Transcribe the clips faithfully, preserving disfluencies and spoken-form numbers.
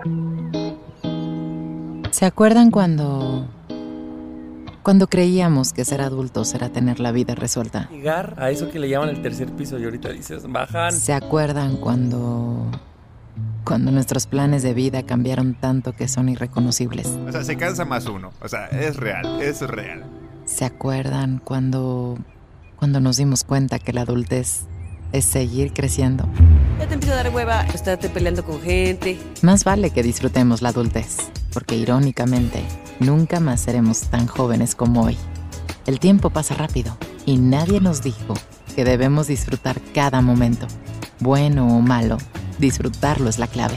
¿Se acuerdan cuando... cuando creíamos que ser adultos era tener la vida resuelta? Llegar a eso que le llaman el tercer piso y ahorita dices, bajan. ¿Se acuerdan cuando... cuando nuestros planes de vida cambiaron tanto que son irreconocibles? O sea, se cansa más uno. O sea, es real, es real. ¿Se acuerdan cuando... cuando nos dimos cuenta que la adultez es seguir creciendo? Ya te empieza a dar hueva estarte peleando con gente. Más vale que disfrutemos la adultez, porque irónicamente, nunca más seremos tan jóvenes como hoy. El tiempo pasa rápido y nadie nos dijo que debemos disfrutar cada momento. Bueno o malo, disfrutarlo es la clave.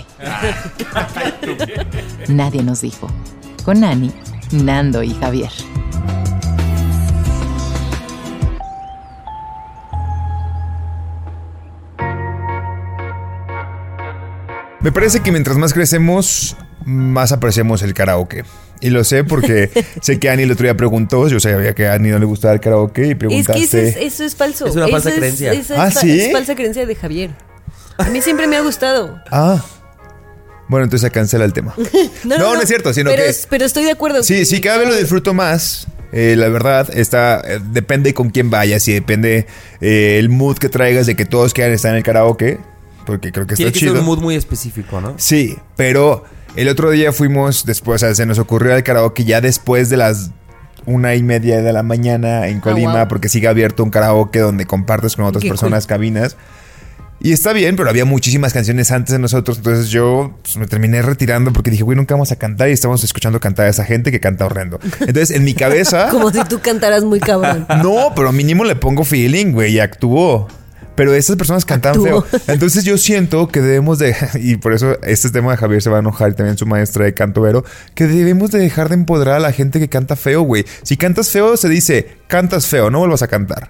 Nadie nos dijo. Con Ani, Nando y Javier. Me parece que mientras más crecemos, más apreciamos el karaoke. Y lo sé porque sé que Ani el otro día preguntó. Yo sabía que a Ani no le gustaba el karaoke y preguntaste. Es que eso es, eso es falso. Es una eso falsa es, creencia. Esa ¿Ah, es, sí? Es falsa creencia de Javier. A mí siempre me ha gustado. Ah. Bueno, entonces se cancela el tema. no, no, no, no es cierto, sino pero, que... Pero estoy de acuerdo. Sí, sí, cada vez lo disfruto más. Eh, la verdad, está, eh, depende con quién vayas y depende eh, el mood que traigas de que todos quieran estar en el karaoke. Porque creo que está Tiene que chido. ser un mood muy específico, ¿no? Sí, pero el otro día fuimos después, o sea, se nos ocurrió el karaoke ya después de las una y media de la mañana en Colima, Oh, wow. porque sigue abierto un karaoke donde compartes con otras Qué personas cool. cabinas. Y está bien, pero había muchísimas canciones antes de nosotros. Entonces yo pues, me terminé retirando porque dije, güey, nunca vamos a cantar. Y estamos escuchando cantar a esa gente que canta horrendo. Entonces en mi cabeza... Como si tú cantaras muy cabrón. No, pero mínimo le pongo feeling, güey, y actúo. Pero esas personas cantan Actúo. feo. Entonces yo siento que debemos de... Y por eso este tema de Javier se va a enojar y también su maestra de canto, Vero. Que debemos de dejar de empoderar a la gente que canta feo, güey. Si cantas feo, se dice, cantas feo, no vuelvas a cantar.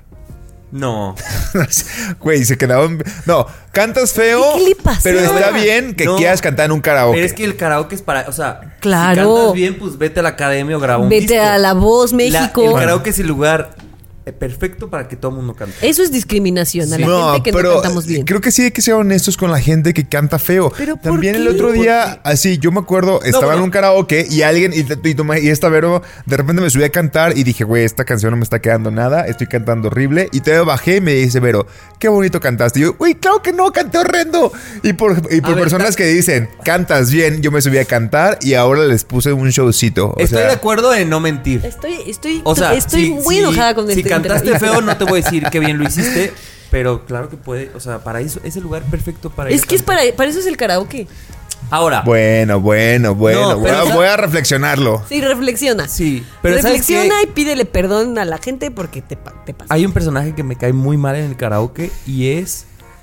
No. Güey, se quedaban... No, cantas feo, ¿Qué le pasa? pero está bien que No. quieras cantar en un karaoke. Pero es que el karaoke es para... O sea, Claro. si cantas bien, pues vete a la academia o graba un Vete disco. a La Voz México. La- el karaoke es el lugar eh, perfecto para que todo el mundo cante. Eso es discriminación a la No, gente que pero no cantamos bien. creo que sí hay que ser honestos con la gente que canta feo. ¿Pero por También el qué? otro ¿Por día, así, yo me acuerdo, estaba bueno. en un karaoke y alguien, y, y, y esta Vero, de repente me subí a cantar y dije, güey, esta canción no me está quedando nada, estoy cantando horrible. Y te bajé y me dice, Vero, qué bonito cantaste. Y yo, güey, claro que no, canté horrendo. Y por, y por ver, personas ta- que dicen, cantas bien, yo me subí a cantar y ahora les puse un showcito. O Estoy sea, de acuerdo en no mentir. Estoy, estoy, O sea, estoy si- muy si- enojada con Si este cantaste entrevista. feo, no te voy a decir que bien lo hiciste, pero claro que puede. O sea, para eso es el lugar perfecto para ir Es a que es cantar. para, para eso es el karaoke. Ahora, Bueno, bueno, bueno. No, voy, pero a, sa- voy a reflexionarlo. Sí, reflexiona. sí, pero ¿sabes reflexiona qué? y pídele perdón a la gente porque te, pa- te pasa. Hay un personaje que me cae muy mal en el karaoke y es...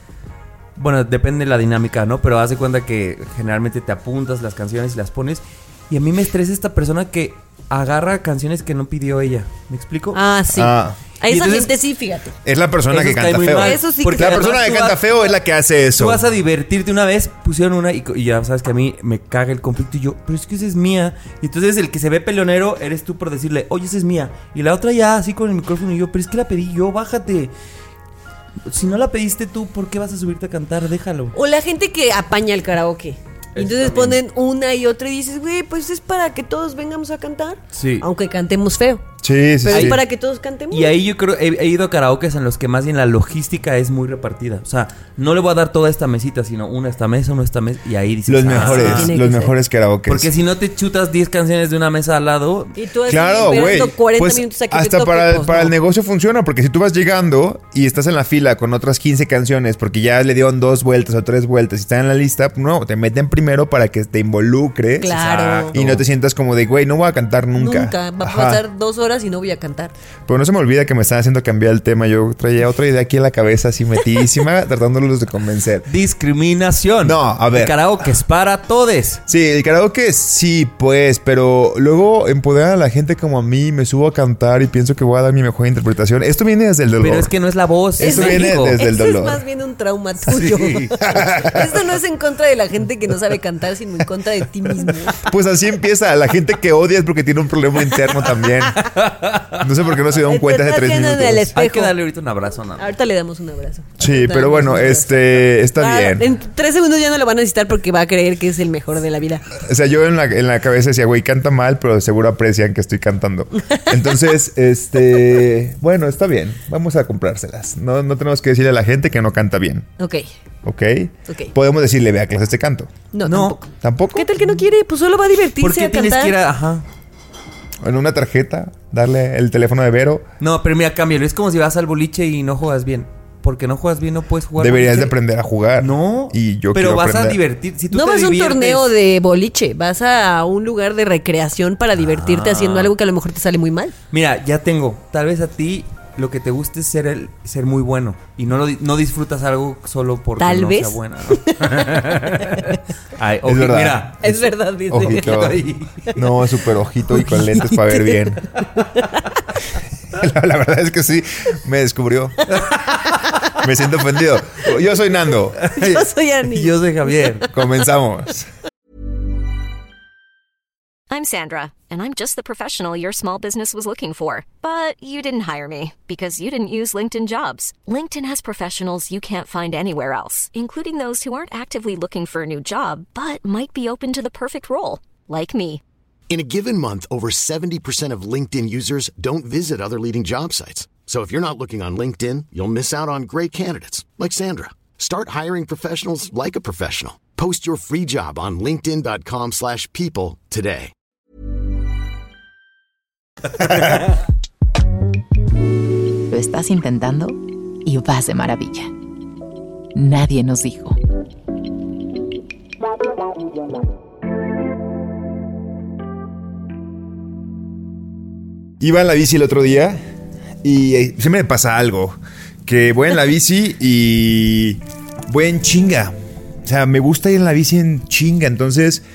Bueno, depende de la dinámica, ¿no? Pero haz de cuenta que generalmente te apuntas las canciones y las pones. Y a mí me estresa esta persona que agarra canciones que no pidió ella. ¿Me explico? Ah, sí. Ah. A Y esa entonces- gente sí, fíjate. Es la persona Eso que cae canta muy feo. mal, Eso sí que porque La cae persona además que tú canta vas- feo es la que hace eso. Tú vas a divertirte una vez, pusieron una y, y ya sabes que a mí me caga el conflicto y yo, pero es que esa es mía. Y entonces el que se ve peleonero eres tú por decirle, oye, esa es mía. Y la otra ya así con el micrófono y yo, pero es que la pedí yo, bájate. Si no la pediste tú, ¿por qué vas a subirte a cantar? Déjalo. O la gente que apaña el karaoke. Y Eso entonces también. ponen una y otra y dices, güey, pues es para que todos vengamos a cantar. Sí. Aunque cantemos feo. Sí, sí, Pero sí. es para que todos cantemos. Y ahí yo creo, he, he ido a karaokes en los que más bien la logística es muy repartida. O sea, no le voy a dar toda esta mesita, sino una esta mesa, una esta mesa. Y ahí dices, Los ah, mejores, tiene los que ser. mejores karaokes. porque si no te chutas diez canciones de una mesa al lado. Y tú así Claro, güey. esperando cuarenta Pues minutos a que te hasta toque, para, el- pues, para no. el negocio funciona, porque si tú vas llegando y estás en la fila con otras quince canciones, porque ya le dieron dos vueltas o tres vueltas y están en la lista, no, te meten primero para que te involucres. Claro. Y no te sientas como de, güey, no voy a cantar nunca. Nunca. Va a Ajá. pasar dos horas y no voy a cantar. Pero no se me olvida que me están haciendo cambiar el tema. Yo traía otra idea aquí en la cabeza, así metidísima, tratándolos de convencer. Discriminación. No, a ver. El karaoke es para todes. Sí, el karaoke sí, pues, pero luego empoderan a la gente como a mí, me subo a cantar y pienso que voy a dar mi mejor interpretación. Esto viene desde el dolor. Pero es que no es la voz. Eso es viene México. desde- el Eso dolor. es más bien un trauma tuyo. Sí. Esto no es en contra de la gente que no sabe cantar, sino en contra de ti mismo. Pues así empieza. La gente que odias porque tiene un problema interno también. No sé por qué no se dieron Te cuenta hace estás tres viendo en minutos. el espejo. Hay que darle ahorita un abrazo, ¿no? Ahorita le damos un abrazo. Sí, Ahorita pero le bueno, damos un abrazo. este está Ah, bien. En tres segundos ya no lo van a necesitar porque va a creer que es el mejor de la vida. O sea, yo en la, en la cabeza decía, güey, canta mal, pero seguro aprecian que estoy cantando. Entonces, este, bueno, está bien. Vamos a comprárselas. No, no tenemos que decirle a la gente que no canta bien, Ok. ¿ok? Ok. Podemos decirle, ve a clases de canto. No, No. tampoco. ¿Tampoco? ¿Qué tal que no quiere? Pues solo va a divertirse ¿Por qué a tienes cantar. que ir a...? Ajá. En una tarjeta, darle el teléfono de Vero. No, pero mira, cámbialo. Es como si vas al boliche y no juegas bien. Porque no juegas bien, no puedes jugar. Deberías de boliche. aprender a jugar. No. Y yo pero quiero vas aprender. a divertir. Si tú No te vas a un diviertes- torneo de boliche, vas a un lugar de recreación para divertirte Ah. haciendo algo que a lo mejor te sale muy mal. Mira, ya tengo. Tal vez a ti lo que te guste es ser el, ser muy bueno. Y no, lo di- no disfrutas algo solo porque Tal no vez. sea buena. ¿no? Ay, oji- verdad. Mira. Es verdad, dice. Ojito. Ay. No, súper ojito y con lentes para ver bien. La, la verdad es que sí, me descubrió. Me siento ofendido. Yo soy Nando. Yo soy Ani. Yo soy Javier. Comenzamos. I'm Sandra, and I'm just the professional your small business was looking for. But you didn't hire me because you didn't use LinkedIn Jobs. LinkedIn has professionals you can't find anywhere else, including those who aren't actively looking for a new job, but might be open to the perfect role, like me. In a given month, over seventy percent of LinkedIn users don't visit other leading job sites. So if you're not looking on LinkedIn, you'll miss out on great candidates like Sandra. Start hiring professionals like a professional. Post your free job on linkedin dot com slash people today. Lo estás intentando y vas de maravilla. Nadie nos dijo. Iba en la bici el otro día y eh, siempre me pasa algo. Que voy en la bici y voy en chinga. O sea, me gusta ir en la bici en chinga. Entonces,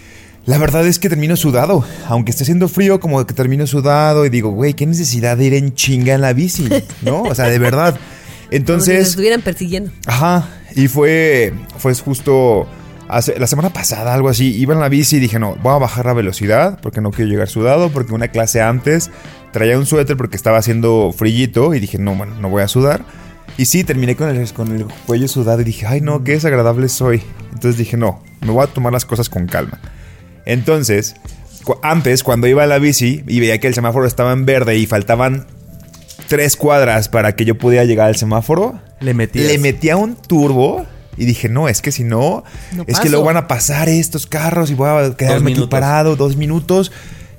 la verdad es que termino sudado. Aunque esté haciendo frío, como que termino sudado. Y digo, güey, qué necesidad de ir en chinga en la bici, ¿no? O sea, de verdad. Como si Entonces... nos estuvieran persiguiendo. Ajá, y fue, fue justo hace, la semana pasada, algo así. Iba en la bici y dije, no, voy a bajar la velocidad porque no quiero llegar sudado. Porque una clase antes traía un suéter porque estaba haciendo frillito y dije, no, bueno, no voy a sudar. Y sí, terminé con el, con el cuello sudado y dije, ay, no, qué desagradable soy. Entonces dije, no, me voy a tomar las cosas con calma. Entonces, cu- antes, cuando iba a la bici y veía que el semáforo estaba en verde y faltaban tres cuadras para que yo pudiera llegar al semáforo, Le metías. le metía un turbo y dije, no, es que si no, No es paso. que luego van a pasar estos carros y voy a quedarme aquí minutos. parado dos minutos.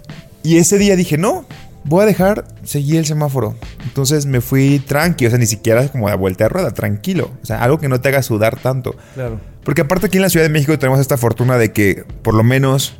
Y ese día dije, no, voy a dejar seguir el semáforo. Entonces me fui tranquilo, o sea, ni siquiera como de vuelta de rueda, tranquilo. O sea, algo que no te haga sudar tanto. Claro. Porque aparte aquí en la Ciudad de México tenemos esta fortuna de que por lo menos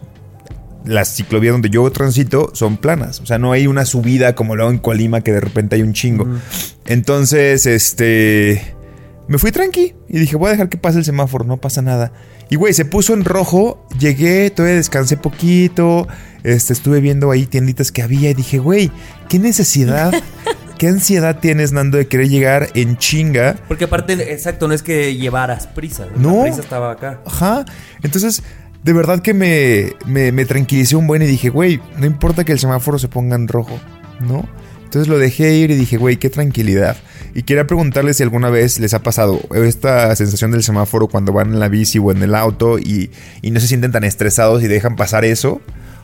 las ciclovías donde yo transito son planas. O sea, no hay una subida como luego en Colima que de repente hay un chingo. Mm. Entonces, este... me fui tranqui y dije, voy a dejar que pase el semáforo, no pasa nada. Y güey, se puso en rojo, llegué, todavía descansé poquito, este, estuve viendo ahí tienditas que había y dije, güey, ¿qué necesidad, qué ansiedad tienes, Nando, de querer llegar en chinga? Porque aparte, exacto, no es que llevaras prisa. No. La prisa estaba acá. Ajá. Entonces, de verdad que me, me, me tranquilicé un buen y dije, güey, no importa que el semáforo se ponga en rojo, ¿no? Entonces lo dejé ir y dije, güey, qué tranquilidad. Y quería preguntarles si alguna vez les ha pasado esta sensación del semáforo cuando van en la bici o en el auto y, y no se sienten tan estresados y dejan pasar eso.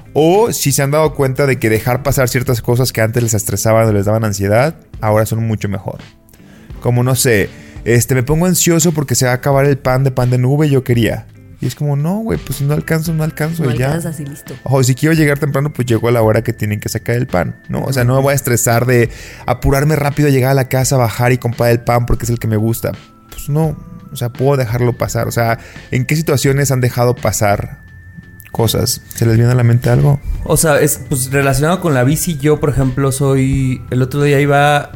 O si se han dado cuenta de que dejar pasar ciertas cosas que antes les estresaban o les daban ansiedad, ahora son mucho mejor. Como no sé, este, me pongo ansioso porque se va a acabar el pan de pan de nube y yo quería. Y es como, no, güey, pues si no alcanzo, no alcanzo No y ya. alcanzas y listo. Ojo, si quiero llegar temprano, pues llego a la hora que tienen que sacar el pan, ¿no? O sea, no me voy a estresar de apurarme rápido, llegar a la casa, bajar y comprar el pan porque es el que me gusta. Pues no, o sea, puedo dejarlo pasar. O sea, ¿en qué situaciones han dejado pasar cosas? ¿Se les viene a la mente algo? O sea, es pues relacionado con la bici. Yo, por ejemplo, soy... El otro día iba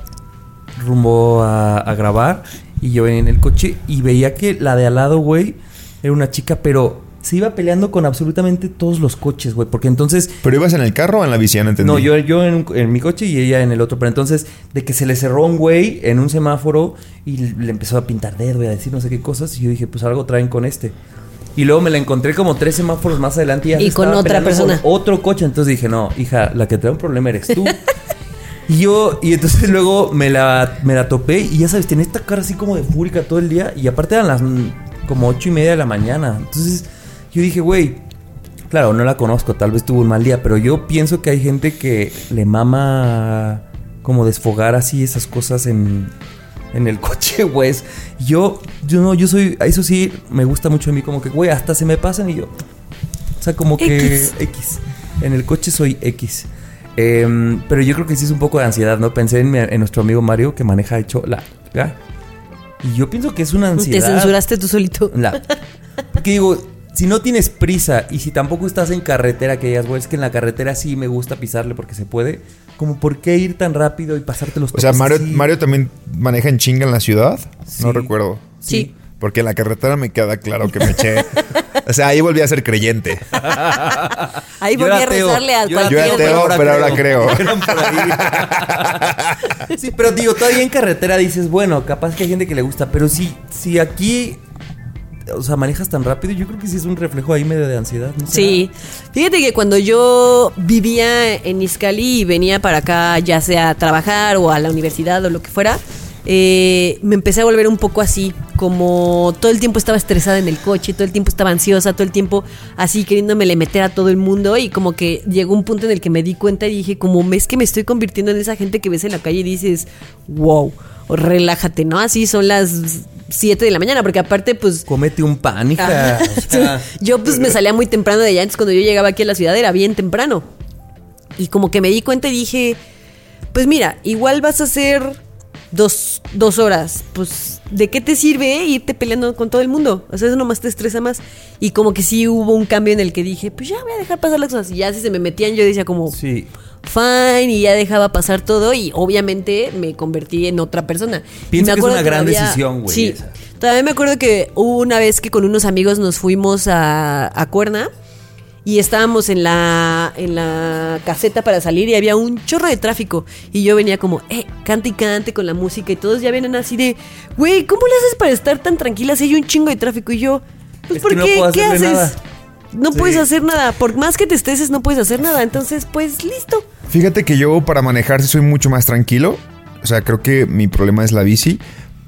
rumbo a, a grabar y yo venía en el coche y veía que la de al lado, güey, era una chica, pero se iba peleando con absolutamente todos los coches, güey. Porque entonces... ¿Pero ibas en el carro o en la bici? Ya no entendí. No, yo, yo en, un- en mi coche y ella en el otro. Pero entonces, de que se le cerró un güey en un semáforo y le empezó a pintar dedo y a decir no sé qué cosas. Y yo dije, pues algo traen con este. Y luego me la encontré como tres semáforos más adelante. Y, ya Y se con estaba otra peleando persona. con otro coche. Entonces dije, no, hija, la que trae un problema eres tú. Y yo, y entonces luego me la, me la topé y ya sabes, tenía esta cara así como de fúrica todo el día. Y aparte eran las como ocho y media de la mañana. Entonces yo dije, güey, claro, no la conozco, tal vez tuvo un mal día, pero yo pienso que hay gente que le mama como desfogar así esas cosas en, en el coche, güey. Yo, yo no, yo soy, eso sí, me gusta mucho a mí, como que, güey, hasta se me pasan y yo, o sea, como que X. X. En el coche soy X. Eh, pero yo creo que sí es un poco de ansiedad, ¿no? Pensé en, mi, en nuestro amigo Mario, que maneja hecho la... la y yo pienso que es una ansiedad. Te censuraste tú solito. La, porque digo, si no tienes prisa y si tampoco estás en carretera, que digas, güey, es que en la carretera sí me gusta pisarle porque se puede, como por qué ir tan rápido y pasarte los O sea, Mario, así? Mario también maneja en chinga en la ciudad. Sí. No recuerdo. Sí. Porque en la carretera me queda claro que me eché. O sea, ahí volví a ser creyente. Ahí Yo volví era a ateo. rezarle a Yo era Yo era cualquier... ateo, pero ahora creo. Eran por ahí. Sí, pero digo, todavía en carretera dices, bueno, capaz que hay gente que le gusta, pero si, si aquí, o sea, manejas tan rápido, yo creo que sí es un reflejo ahí medio de ansiedad, ¿no? Sí, fíjate que cuando yo vivía en Izcalli y venía para acá, ya sea a trabajar o a la universidad o lo que fuera, eh, me empecé a volver un poco así, como todo el tiempo estaba estresada en el coche, todo el tiempo estaba ansiosa, todo el tiempo así queriéndomele meter a todo el mundo, y como que llegó un punto en el que me di cuenta y dije, como es que me estoy convirtiendo en esa gente que ves en la calle y dices, wow, relájate, ¿no? Así son las siete de la mañana, porque aparte pues... Cómete un pan, hija. O sea, yo pues me salía muy temprano de allá, entonces cuando yo llegaba aquí a la ciudad era bien temprano. Y como que me di cuenta y dije, pues mira, igual vas a hacer dos, dos horas, pues ¿de qué te sirve irte peleando con todo el mundo? O sea, eso nomás te estresa más. Y como que sí hubo un cambio en el que dije, pues ya voy a dejar pasar las cosas. Y ya si se me metían yo decía como... sí. Fine, y ya dejaba pasar todo y obviamente me convertí en otra persona. Pienso Y me que es acuerdo una gran todavía- decisión, güey, Sí, esa. todavía me acuerdo que hubo una vez que con unos amigos nos fuimos a, a Cuerna y estábamos en la, en la caseta para salir y había un chorro de tráfico y yo venía como, eh, cante y cante con la música y todos ya vienen así de, güey, ¿cómo le haces para estar tan tranquila si hay un chingo de tráfico? Y yo, pues Es ¿por que no qué? puedo ¿Qué hacerle haces? nada. No Sí. puedes hacer nada, por más que te estreses no puedes hacer nada, entonces pues listo. Fíjate que yo para manejar sí soy mucho más tranquilo. O sea, creo que mi problema es la bici.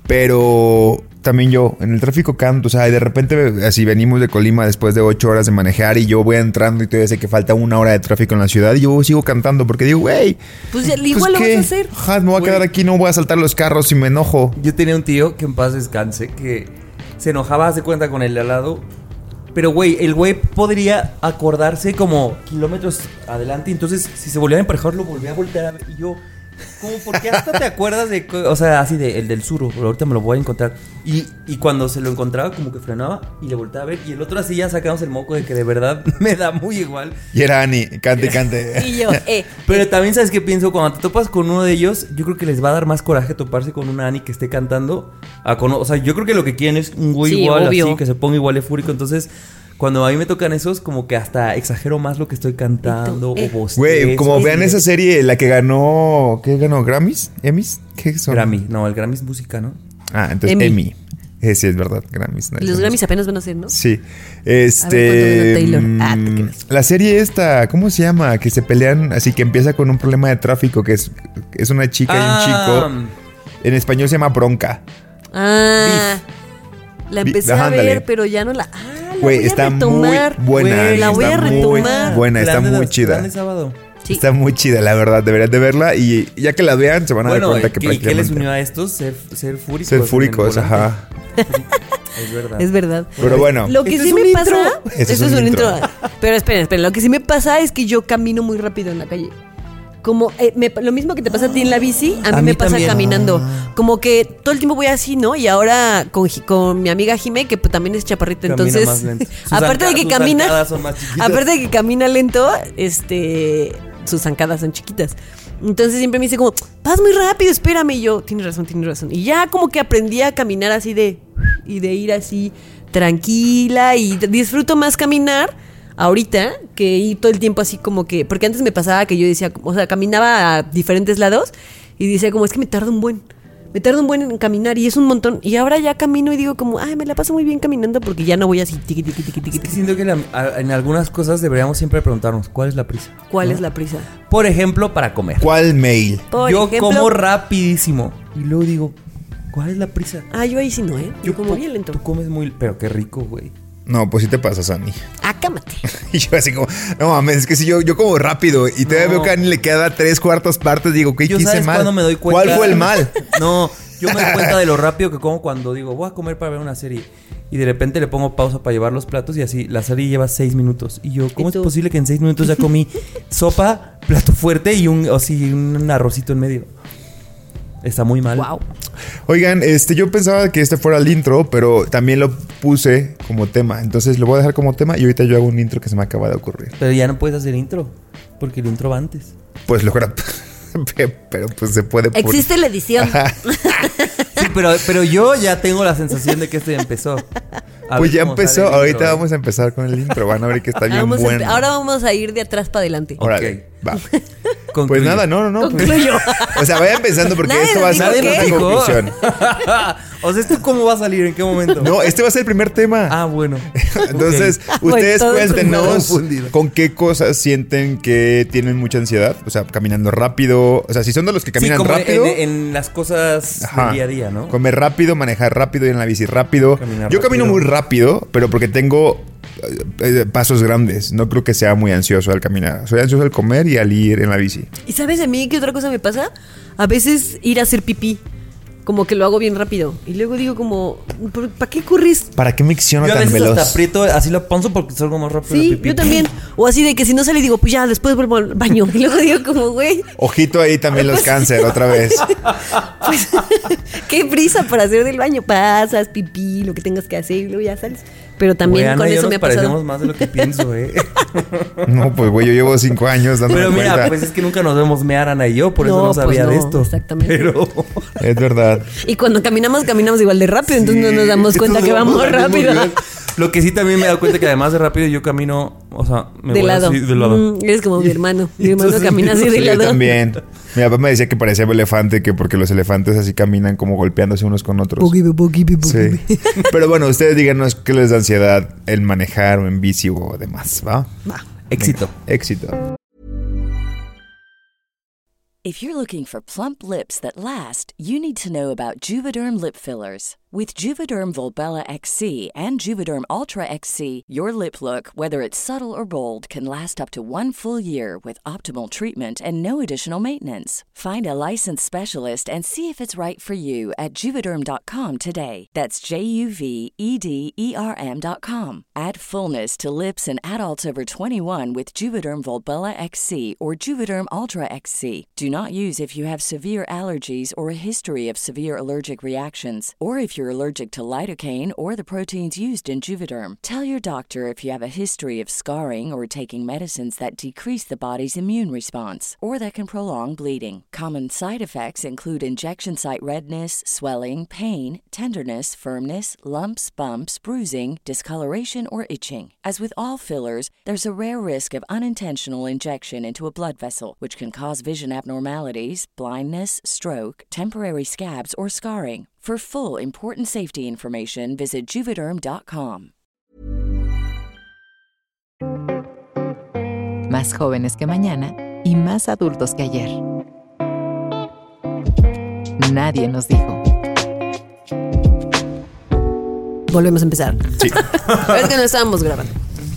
Pero también yo, en el tráfico canto. O sea, y de repente así venimos de Colima después de ocho horas de manejar y yo voy entrando y todavía sé que falta una hora de tráfico en la ciudad y yo sigo cantando porque digo, güey, Pues ya- igual lo ¿qué? vas a hacer. Ajá, me voy a quedar aquí, no voy a saltar los carros y me enojo. Yo tenía un tío que en paz descanse, que se enojaba, hace cuenta, con el de al lado. Pero, güey, el güey podría acordarse como kilómetros adelante. Entonces, si se volvía a emparejar, lo volvía a voltear a ver. Y yo, como, ¿por qué hasta te acuerdas de...? co- O sea, así de el del sur, pero ahorita me lo voy a encontrar. Y, y cuando se lo encontraba, como que frenaba y le volteaba a ver. Y el otro así ya sacamos el moco de que de verdad me da muy igual. Y era Ani, cante y cante. Y yo, eh. Pero también, ¿sabes qué pienso? Cuando te topas con uno de ellos, yo creo que les va a dar más coraje toparse con una Ani que esté cantando. A con, o sea, yo creo que lo que quieren es un güey Sí, igual, obvio. así, que se ponga igual de fúrico. Entonces, cuando a mí me tocan esos, como que hasta exagero más lo que estoy cantando Eh. o bostezo. Güey, como Sí. vean esa serie, la que ganó, ¿qué ganó? ¿Grammys? ¿Emmys? ¿Qué son? Grammy. No, el Grammy es música, ¿no? Ah, entonces Emmy. Emmy. Eh, sí, es verdad, Grammys. no es Los Emmys. Grammys apenas van a ser, ¿no? Sí. A ver Este. cuándo ganó Taylor. mm, Ah, te creas. la serie esta, ¿cómo se llama? Que se pelean, así que empieza con un problema de tráfico, que es, es una chica y un Ah, chico. En español se llama Bronca. Ah, la empecé Ajá, a ver, ándale. pero ya no la. Ah, la Güey, voy está a muy retomar. buena. Güey, la voy está a muy retomar. buena, está plan de muy la- chida. plan de sábado. Sí. Está muy chida, la verdad. Deberían de verla y ya que la vean se van a Bueno, dar cuenta ¿y que qué, y qué les prácticamente... unió a estos? Ser, ser fúricos. Ser en el fúricos, volante. ajá. Es verdad. Es verdad. Pero bueno. Lo que Esto sí es me un intro. pasa. Esto Eso es un intro. Pero esperen, esperen. Lo que sí me pasa es que yo camino muy rápido en la calle. Como eh, me- lo mismo que te pasa a ti en la bici, a mí, A mí me pasa también. caminando. Como que todo el tiempo voy así, ¿no? Y ahora con, Ji- con mi amiga Jime, que pues, también es chaparrita, Camina entonces. más lento. Sus aparte de zanca- que sus camina. zancadas son más chiquitas. Aparte de que camina lento, este. Sus zancadas son chiquitas. Entonces siempre me dice como, vas muy rápido, espérame. Y yo, tienes razón, tienes razón. Y ya como que aprendí a caminar así de. Y de ir así tranquila. Y disfruto más caminar ahorita que ir todo el tiempo así como que. Porque antes me pasaba que yo decía, o sea, caminaba a diferentes lados. Y decía como, es que me tarda un buen. Me tardo un buen en caminar y es un montón. Y ahora ya camino y digo como, ay, me la paso muy bien caminando porque ya no voy así tiqui, tiqui, tiqui, tiqui. Es que siento que la- a- en algunas cosas deberíamos siempre preguntarnos, ¿cuál es la prisa? ¿Cuál ¿No? es la prisa? Por ejemplo, para comer. ¿Cuál mail? Por Yo ejemplo- como rapidísimo. Y luego digo, ¿cuál es la prisa? Ah, yo ahí sí no, ¿eh? Yo como tú- bien lento. Tú comes muy... Pero qué rico, güey. No, pues sí te pasa, Sani. Acámate. Y yo así como, no mames, es que si yo, yo como rápido y todavía No. veo que a Ani le queda tres cuartas partes, digo, ¿qué Yo hice sabes mal? cuándo me doy cuenta. ¿Cuál fue el mal? No, yo me doy cuenta de lo rápido que como cuando digo, voy a comer para ver una serie. Y de repente le pongo pausa para llevar los platos y así, la serie lleva seis minutos. Y yo, ¿cómo ¿Y es tú? posible que en seis minutos ya comí sopa, plato fuerte y un, o sí, un arrocito en medio? Está muy mal. Wow. Oigan, este, yo pensaba que este fuera el intro, pero también lo puse como tema. Entonces lo voy a dejar como tema y ahorita yo hago un intro que se me acaba de ocurrir. Pero ya no puedes hacer intro, porque el intro va antes. Pues lo era... pero pues se puede... por- Existe la edición. Sí, pero, pero yo ya tengo la sensación de que esto ya empezó. A Pues ver ya cómo sale empezó, el intro, ahorita ¿eh? vamos a empezar con el intro. Van a ver que está bien Vamos a bueno. empe- ahora vamos a ir de atrás para adelante. Órale, va. Pues Concluye. nada, no, no, no. pues- Concluyo. o sea, vaya empezando porque Nadie esto va a nos ser Nadie dijo nos una qué. dijo. conclusión. O sea, ¿esto cómo va a salir? ¿En qué momento? No, este va a ser el primer tema. Ah, bueno. Entonces, Ok. Bueno, ustedes todo cuéntenos confundido. con qué cosas sienten que tienen mucha ansiedad. O sea, caminando rápido. O sea, si son de los que caminan sí, como rápido. En, en las cosas Ajá. del día a día, ¿no? Comer rápido, manejar rápido, ir en la bici rápido. Caminar Yo camino rápido. muy rápido, pero porque tengo eh, pasos grandes. No creo que sea muy ansioso al caminar. Soy ansioso al comer y al ir en la bici. ¿Y sabes a mí qué otra cosa me pasa? A veces ir a hacer pipí. Como que lo hago bien rápido. Y luego digo como, ¿para qué corres? ¿Para qué micciono Yo a tan veces veloz? hasta aprieto así lo ponzo porque salgo más rápido. de Sí, pipí. yo también. O así de que si no sale digo, pues ya, después vuelvo al baño. Y luego digo como, güey, Ojito ahí también los cáncer, otra vez. pues, qué prisa para hacer del baño. Pasas, pipí, lo que tengas que hacer y luego ya sales. Pero también Güey, Ana con y yo eso nos me ha parecemos pasado. más de lo que pienso, ¿eh? No, pues güey, yo llevo cinco años dándome Pero mira, cuenta. pues es que nunca nos vemos mear, Ana y yo, por eso No, no sabía pues de no, esto. exactamente. Pero... Es verdad. Y cuando caminamos, caminamos igual de rápido. Entonces no nos damos cuenta que vamos rápido. Lo que sí también me he dado cuenta que además de rápido yo camino, o sea, me De voy lado. así de lado. Mm, eres como mi hermano. Mi hermano Entonces, camina así de Sí, yo lado. también. Mi papá me decía que parecía un elefante, que porque los elefantes así caminan como golpeándose unos con otros. Poqui, poqui, poqui. Sí. Pero bueno, ustedes díganos qué les da ansiedad el manejar o en bici o demás, ¿va? Va. Éxito. Venga, éxito. If you're looking for plump lips that last, you need to know about Juvederm lip fillers. With Juvederm Volbella X C and Juvederm Ultra X C, your lip look, whether it's subtle or bold, can last up to one full year with optimal treatment and no additional maintenance. Find a licensed specialist and see if it's right for you at Juvederm dot com today. That's J U V E D E R M dot com. Add fullness to lips in adults over twenty-one with Juvederm Volbella X C or Juvederm Ultra X C. Do not use if you have severe allergies or a history of severe allergic reactions, or if you're allergic to lidocaine or the proteins used in Juvederm. Tell your doctor if you have a history of scarring or taking medicines that decrease the body's immune response or that can prolong bleeding. Common side effects include injection site redness, swelling, pain, tenderness, firmness, lumps, bumps, bruising, discoloration, or itching. As with all fillers, there's a rare risk of unintentional injection into a blood vessel, which can cause vision abnormalities, blindness, stroke, temporary scabs, or scarring. For full important safety information, visit Juvederm dot com. Más jóvenes que mañana y más adultos que ayer. Nadie nos dijo. Volvemos a empezar. Sí. Es que no estábamos grabando.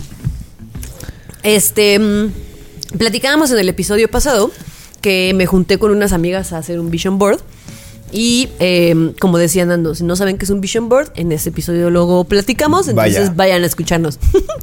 Este. mm, Platicábamos en el episodio pasado que me junté con unas amigas a hacer un vision board. Y eh, como decía Nando, si no saben qué es un vision board, en este episodio luego platicamos. Entonces Vaya. vayan a escucharnos.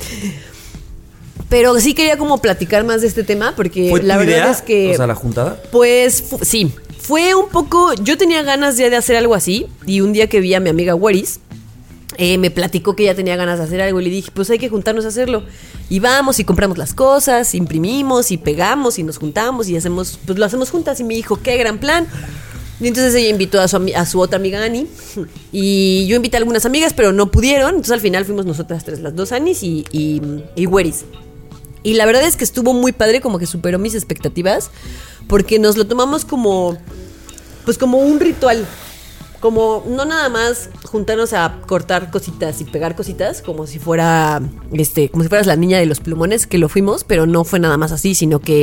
Pero sí quería como platicar más de este tema porque ¿Fue la tu verdad idea? es que. O sea, la juntada. Pues fu- sí, fue un poco. Yo tenía ganas ya de hacer algo así. Y un día que vi a mi amiga Waris, eh, me platicó que ella tenía ganas de hacer algo. Y le dije, pues hay que juntarnos a hacerlo. Y vamos y compramos las cosas, imprimimos y pegamos y nos juntamos y hacemos, pues lo hacemos juntas. Y me dijo, qué gran plan. Y entonces ella invitó a su, ami- a su otra amiga Ani. Y yo invité a algunas amigas, pero no pudieron. Entonces al final fuimos nosotras tres, las dos Anis y, y, y Waris. Y la verdad es que estuvo muy padre, como que superó mis expectativas, porque nos lo tomamos como, pues como un ritual. como no nada más juntarnos a cortar cositas y pegar cositas como si fuera este como si fueras la niña de los plumones, que lo fuimos, pero no fue nada más así, sino que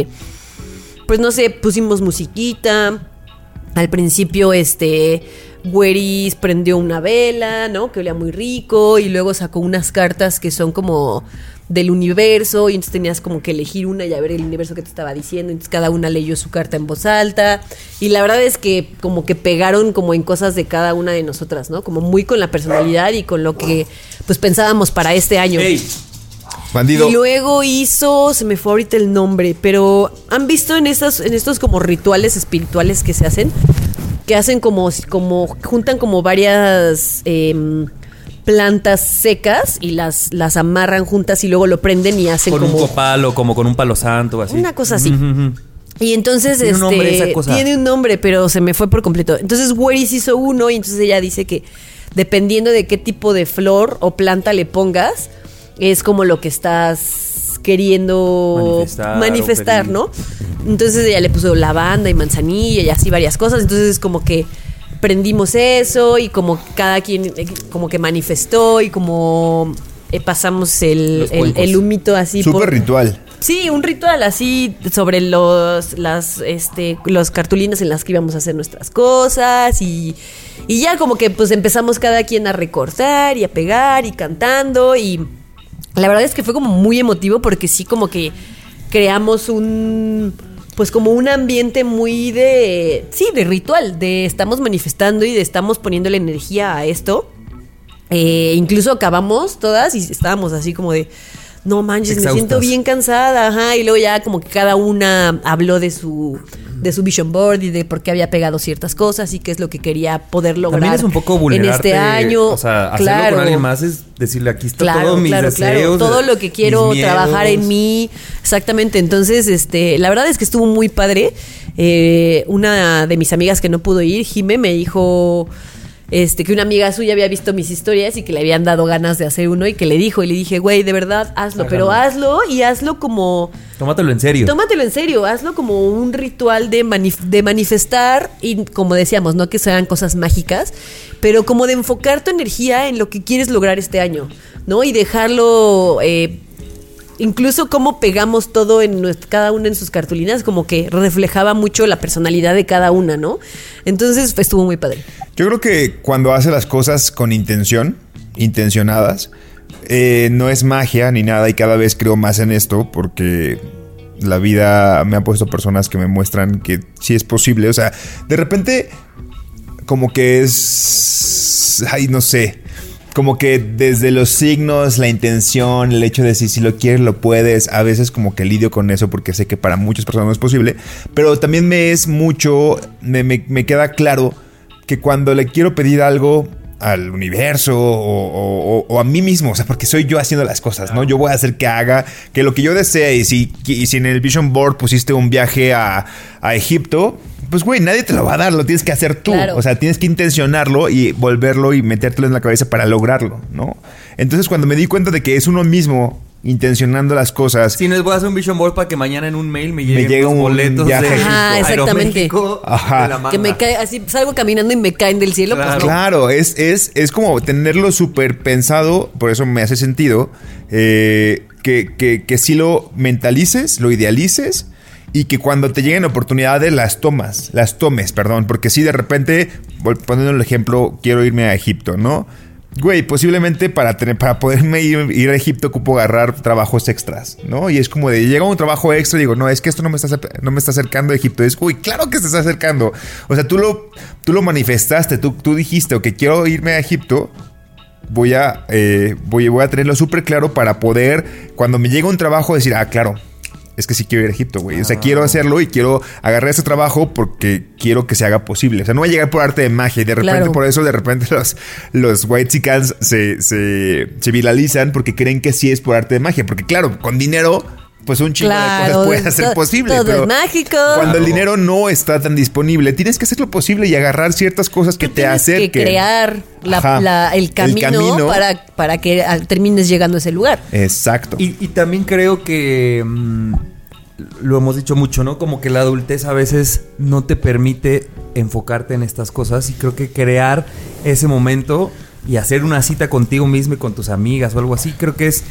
pues no sé, pusimos musiquita. Al principio este Güeris prendió una vela, ¿no? Que olía muy rico, y luego sacó unas cartas que son como del universo, y entonces tenías como que elegir una y a ver el universo que te estaba diciendo, entonces cada una leyó su carta en voz alta, y la verdad es que como que pegaron como en cosas de cada una de nosotras, ¿no? Como muy con la personalidad y con lo que pues pensábamos para este año. Hey. Bandido. Y luego hizo, se me fue ahorita el nombre, pero ¿han visto en estos, en estos como rituales espirituales que se hacen? Que hacen como, como juntan como varias eh, plantas secas y las, las amarran juntas y luego lo prenden y hacen con como... un copal o como con un palo santo o así. Una cosa así. Uh-huh. Y entonces, ¿Tiene este, un nombre esa cosa? Tiene un nombre, pero se me fue por completo. Entonces, Güeris hizo uno y entonces ella dice que dependiendo de qué tipo de flor o planta le pongas, es como lo que estás queriendo manifestar, manifestar, ¿no? Entonces ella le puso lavanda y manzanilla y así varias cosas. Entonces como que prendimos eso y como cada quien como que manifestó y como eh, pasamos el, el, el humito así. Súper por... ritual. Sí, un ritual así sobre los las este los cartulinas en las que íbamos a hacer nuestras cosas y, y ya como que pues empezamos cada quien a recortar y a pegar y cantando, y la verdad es que fue como muy emotivo porque sí como que creamos un pues como un ambiente muy de sí, de ritual, de estamos manifestando y de estamos poniéndole energía a esto. Eh, incluso acabamos todas y estábamos así como de no manches, Exhaustas. me siento bien cansada, ajá, y luego ya como que cada una habló de su de su vision board y de por qué había pegado ciertas cosas y qué es lo que quería poder lograr. También es un poco en vulnerarte, este año. O sea, hacerlo claro, con alguien más es decirle aquí está claro, todos mis claro, deseos, claro, todo lo que quiero mis trabajar miedos. en mí, exactamente. Entonces, este, la verdad es que estuvo muy padre. Eh, una de mis amigas que no pudo ir, Jime, me dijo este que una amiga suya había visto mis historias y que le habían dado ganas de hacer uno y que le dijo y le dije, güey, de verdad, hazlo, Hágalo. pero hazlo y hazlo como... Tómatelo en serio. Tómatelo en serio, hazlo como un ritual de, manif- de manifestar y como decíamos, no que sean cosas mágicas, pero como de enfocar tu energía en lo que quieres lograr este año, ¿no? Y dejarlo... Eh, incluso cómo pegamos todo en nuestra, cada una en sus cartulinas, como que reflejaba mucho la personalidad de cada una, ¿no? Entonces estuvo muy padre. Yo creo que cuando hace las cosas con intención, intencionadas, eh, no es magia ni nada, y cada vez creo más en esto porque la vida me ha puesto personas que me muestran que sí es posible. O sea, de repente como que es... Ay, no sé... Como que desde los signos, la intención, el hecho de si, si lo quieres, lo puedes. A veces como que lidio con eso porque sé que para muchas personas no es posible. Pero también me es mucho, me, me, me queda claro que cuando le quiero pedir algo al universo o, o, o a mí mismo, o sea, porque soy yo haciendo las cosas, ¿no? Yo voy a hacer que haga, que lo que yo desee. Y si, y si en el Vision Board pusiste un viaje a, a Egipto... Pues, güey, nadie te lo va a dar, lo tienes que hacer tú. Claro. O sea, tienes que intencionarlo y volverlo y metértelo en la cabeza para lograrlo, ¿no? Entonces, cuando me di cuenta de que es uno mismo intencionando las cosas... Si no es, voy a hacer un vision board para que mañana en un mail me lleguen llegue los un boletos viaje. de Ajá, exactamente. Aeroméxico Ajá. de la manga. Que me cae, así salgo caminando y me caen del cielo, Claro. pues no. Claro, es, es, es como tenerlo súper pensado, por eso me hace sentido, eh, que, que, que sí lo mentalices, lo idealices, y que cuando te lleguen oportunidades las tomas, las tomes, perdón, porque si de repente, poniendo el ejemplo, quiero irme a Egipto, ¿no? Güey, posiblemente para tener, para poderme ir, ir a Egipto ocupo agarrar trabajos extras, ¿no? Y es como de, llega un trabajo extra y digo, no, es que esto no me está, no me está acercando a Egipto. Es, uy, claro que se está acercando. O sea, tú lo, tú lo manifestaste, tú, tú dijiste, ok, quiero irme a Egipto. Voy a, eh, voy, voy a tenerlo súper claro para poder, cuando me llegue un trabajo, decir, ah, claro, es que sí quiero ir a Egipto, güey. O sea, quiero hacerlo y quiero agarrar ese trabajo porque quiero que se haga posible. O sea, no va a llegar por arte de magia. Y de repente, Claro. por eso, de repente los, los whitexicans se, se, se viralizan porque creen que sí es por arte de magia. Porque claro, con dinero, pues un chingo Claro, de cosas puedes hacer to- posible. todo pero es mágico. Cuando el dinero no está tan disponible, tienes que hacerlo posible y agarrar ciertas cosas que Tú te tienes acerquen. que crear la- Ajá. la- el, El camino camino. para, para que al- termines llegando a ese lugar. Exacto. Y, y también creo que... mm, lo hemos dicho mucho, ¿no? Como que la adultez a veces no te permite enfocarte en estas cosas y creo que crear ese momento y hacer una cita contigo mismo y con tus amigas o algo así, creo que es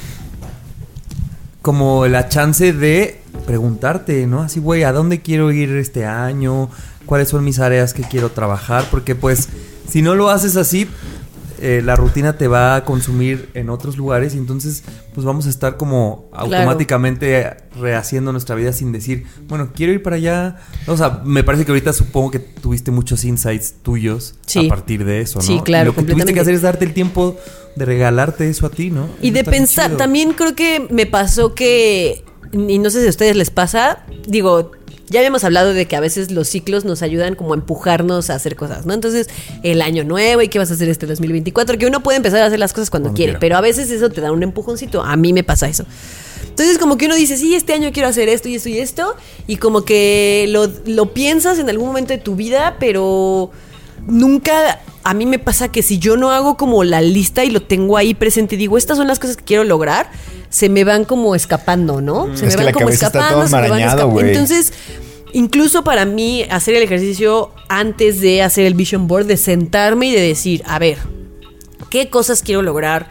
como la chance de preguntarte, ¿no? Así, güey, ¿a dónde quiero ir este año? ¿Cuáles son mis áreas que quiero trabajar? Porque pues si no lo haces así, eh, la rutina te va a consumir en otros lugares y entonces pues vamos a estar como automáticamente claro. rehaciendo nuestra vida sin decir, bueno, quiero ir para allá. O sea, me parece que ahorita supongo que tuviste muchos insights tuyos sí. a partir de eso, ¿no? Sí, claro, y lo que tuviste que hacer es darte el tiempo de regalarte eso a ti, ¿no? Y eso de pensar, también creo que me pasó que, y no sé si a ustedes les pasa, digo... Ya habíamos hablado de que a veces los ciclos nos ayudan como a empujarnos a hacer cosas, ¿no? Entonces, el año nuevo y qué vas a hacer este dos mil veinticuatro, que uno puede empezar a hacer las cosas cuando, cuando quiere, quiera. Pero a veces eso te da un empujoncito. A mí me pasa eso. Entonces, como que uno dice, sí, este año quiero hacer esto y esto y esto, y como que lo, lo piensas en algún momento de tu vida, pero nunca... A mí me pasa que si yo no hago como la lista y lo tengo ahí presente y digo, estas son las cosas que quiero lograr, se me van como escapando, ¿no? Se es me van como escapando, se me van escapando. Entonces, incluso para mí, hacer el ejercicio antes de hacer el vision board, de sentarme y de decir, a ver, ¿qué cosas quiero lograr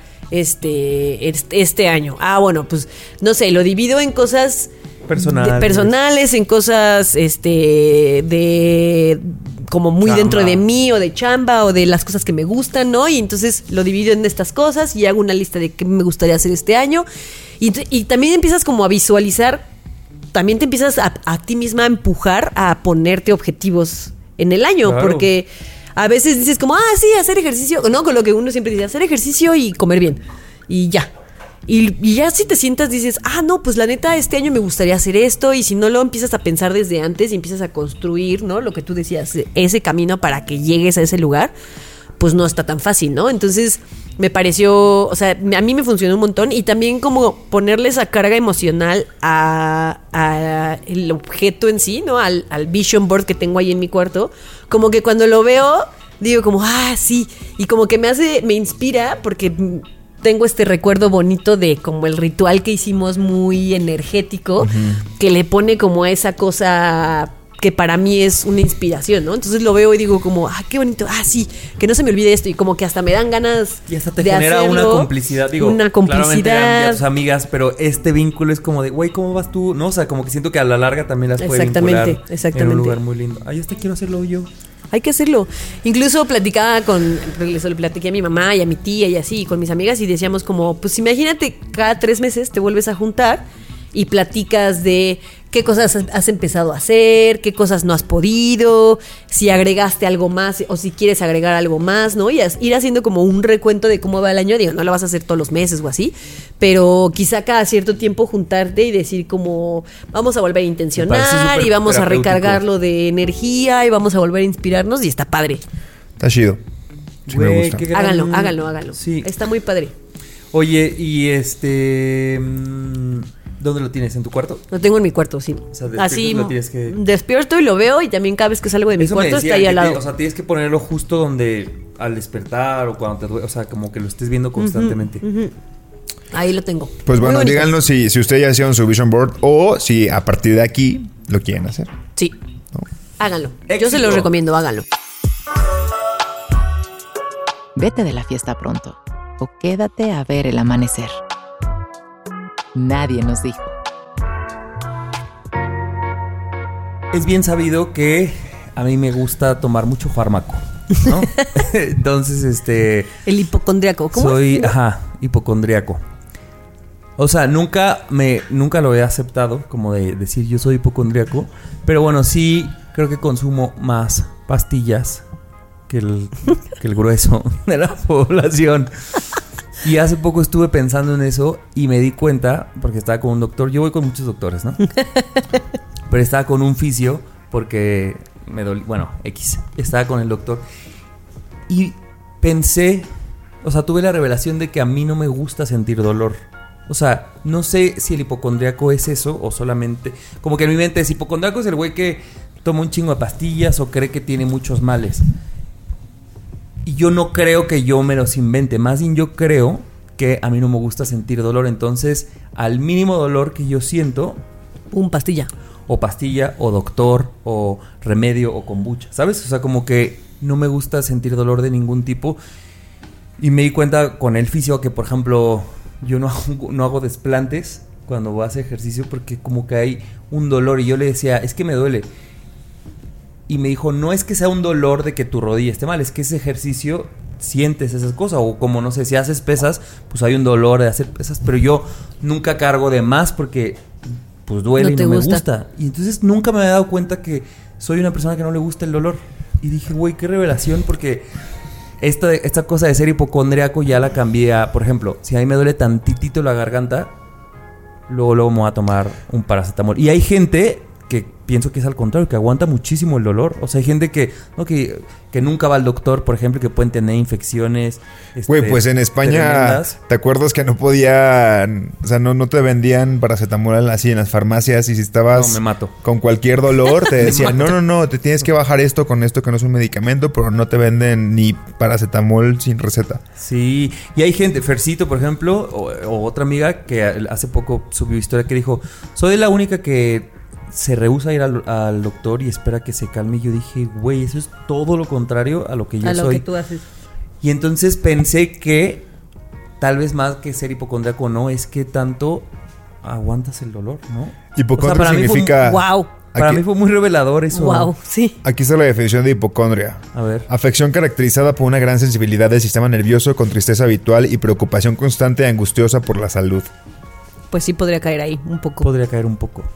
este, este año? Ah, bueno, pues, no sé, lo divido en cosas... Personales. De, personales, en cosas este de como muy chamba. Dentro de mí o de chamba o de las cosas que me gustan, ¿no? Y entonces lo divido en estas cosas y hago una lista de qué me gustaría hacer este año y, y también empiezas como a visualizar, también te empiezas a, a ti misma a empujar a ponerte objetivos en el año, claro. Porque a veces dices como, ah, sí, hacer ejercicio, no, con lo que uno siempre dice, hacer ejercicio y comer bien y ya. Y, y ya si te sientas dices, ah, no, pues la neta este año me gustaría hacer esto. Y si no lo empiezas a pensar desde antes y empiezas a construir, ¿no? Lo que tú decías, ese camino para que llegues a ese lugar, pues no está tan fácil, ¿no? Entonces me pareció, o sea, a mí me funcionó un montón. Y también como ponerle esa carga emocional a, a el objeto en sí, ¿no? Al, al vision board que tengo ahí en mi cuarto. Como que cuando lo veo, digo como, ah, sí. Y como que me hace, me inspira porque... tengo este recuerdo bonito de como el ritual que hicimos muy energético, uh-huh. que le pone como esa cosa que para mí es una inspiración, ¿no? Entonces lo veo y digo como, ah, qué bonito, ah, sí, que no se me olvide esto. Y como que hasta me dan ganas y hasta te de genera hacerlo, una complicidad, digo, una complicidad. Claramente tus amigas, pero este vínculo es como de, güey, ¿cómo vas tú? No, o sea, como que siento que a la larga también las puede vincular exactamente. En un lugar muy lindo. Ay, este quiero hacerlo yo. Hay que hacerlo. Incluso platicaba con, eso le platiqué a mi mamá y a mi tía y así, con mis amigas y decíamos como, pues imagínate, cada tres meses te vuelves a juntar y platicas de qué cosas has empezado a hacer, qué cosas no has podido, si agregaste algo más o si quieres agregar algo más, ¿no? Y ir haciendo como un recuento de cómo va el año. Digo, no lo vas a hacer todos los meses o así, pero quizá cada cierto tiempo juntarte y decir como vamos a volver a intencionar y vamos a recargarlo de energía y vamos a volver a inspirarnos y está padre. Está chido. Sí, Güey, me gusta. qué gran... Háganlo, háganlo, háganlo. Sí. Está muy padre. Oye, y este... ¿dónde lo tienes? ¿En tu cuarto? Lo tengo en mi cuarto, sí. O sea, así lo tienes que... despierto y lo veo y también cada vez que salgo de mi Eso cuarto está ahí al lado. Te, o sea, tienes que ponerlo justo donde al despertar o cuando te duele, o sea, como que lo estés viendo constantemente. Uh-huh, uh-huh. Ahí lo tengo. Pues bueno, díganos si, si ustedes ya hicieron su vision board o si a partir de aquí lo quieren hacer. Sí. ¿No? Háganlo. Éxito. Yo se los recomiendo, háganlo. Vete de la fiesta pronto o quédate a ver el amanecer. Nadie nos dijo. Es bien sabido que a mí me gusta tomar mucho fármaco, ¿no? Entonces, este... El hipocondriaco, ¿cómo? Soy, ajá, hipocondriaco. O sea, nunca me, nunca lo he aceptado, como de decir yo soy hipocondriaco. Pero bueno, sí creo que consumo más pastillas que el, que el grueso de la población. Y hace poco estuve pensando en eso y me di cuenta, porque estaba con un doctor, yo voy con muchos doctores, ¿no? Pero estaba con un fisio porque me dolía, bueno, X, estaba con el doctor y pensé, o sea, tuve la revelación de que a mí no me gusta sentir dolor. O sea, no sé si el hipocondriaco es eso o solamente, como que en mi mente es hipocondriaco es el güey que toma un chingo de pastillas o cree que tiene muchos males. Y yo no creo que yo me los invente. Más bien yo creo que a mí no me gusta sentir dolor. Entonces, al mínimo dolor que yo siento, Un pastilla. O pastilla, o doctor, o remedio, o kombucha, ¿sabes? O sea, como que no me gusta sentir dolor de ningún tipo. Y me di cuenta con el fisio que, por ejemplo, yo no hago, no hago desplantes cuando voy a hacer ejercicio porque como que hay un dolor. Y yo le decía, es que me duele. Y me dijo, no es que sea un dolor de que tu rodilla esté mal, es que ese ejercicio sientes esas cosas. O como, no sé, si haces pesas, pues hay un dolor de hacer pesas. Pero yo nunca cargo de más porque pues duele, no y no me gusta. gusta. Y entonces nunca me había dado cuenta que soy una persona que no le gusta el dolor. Y dije, güey, qué revelación, porque esta, esta cosa de ser hipocondriaco ya la cambié a, por ejemplo, si a mí me duele tantitito la garganta, luego, luego me voy a tomar un paracetamol. Y hay gente que pienso que es al contrario, que aguanta muchísimo el dolor. O sea, hay gente que no que, que nunca va al doctor, por ejemplo, que pueden tener infecciones. Güey, este, pues en España, tremendas. ¿Te acuerdas que no podían, o sea, no, no te vendían paracetamol así en las farmacias? Y si estabas no, me mato. con cualquier dolor, te decían, no, no, no, te tienes que bajar esto con esto que no es un medicamento, pero no te venden ni paracetamol sin receta. Sí, y hay gente, Fercito, por ejemplo, o, o otra amiga que hace poco subió historia que dijo, soy la única que se rehúsa a ir al, al doctor y espera que se calme. Y yo dije, güey, eso es todo lo contrario a lo que yo a soy. A lo que tú haces. Y entonces pensé que tal vez más que ser hipocondriaco no, es que tanto aguantas el dolor, ¿no? Hipocondria, o sea, significa... Fue, wow. Para aquí, mí fue muy revelador eso. Wow, sí. Aquí está la definición de hipocondria. A ver. Afección caracterizada por una gran sensibilidad del sistema nervioso con tristeza habitual y preocupación constante y angustiosa por la salud. Pues sí podría caer ahí un poco. Podría caer un poco.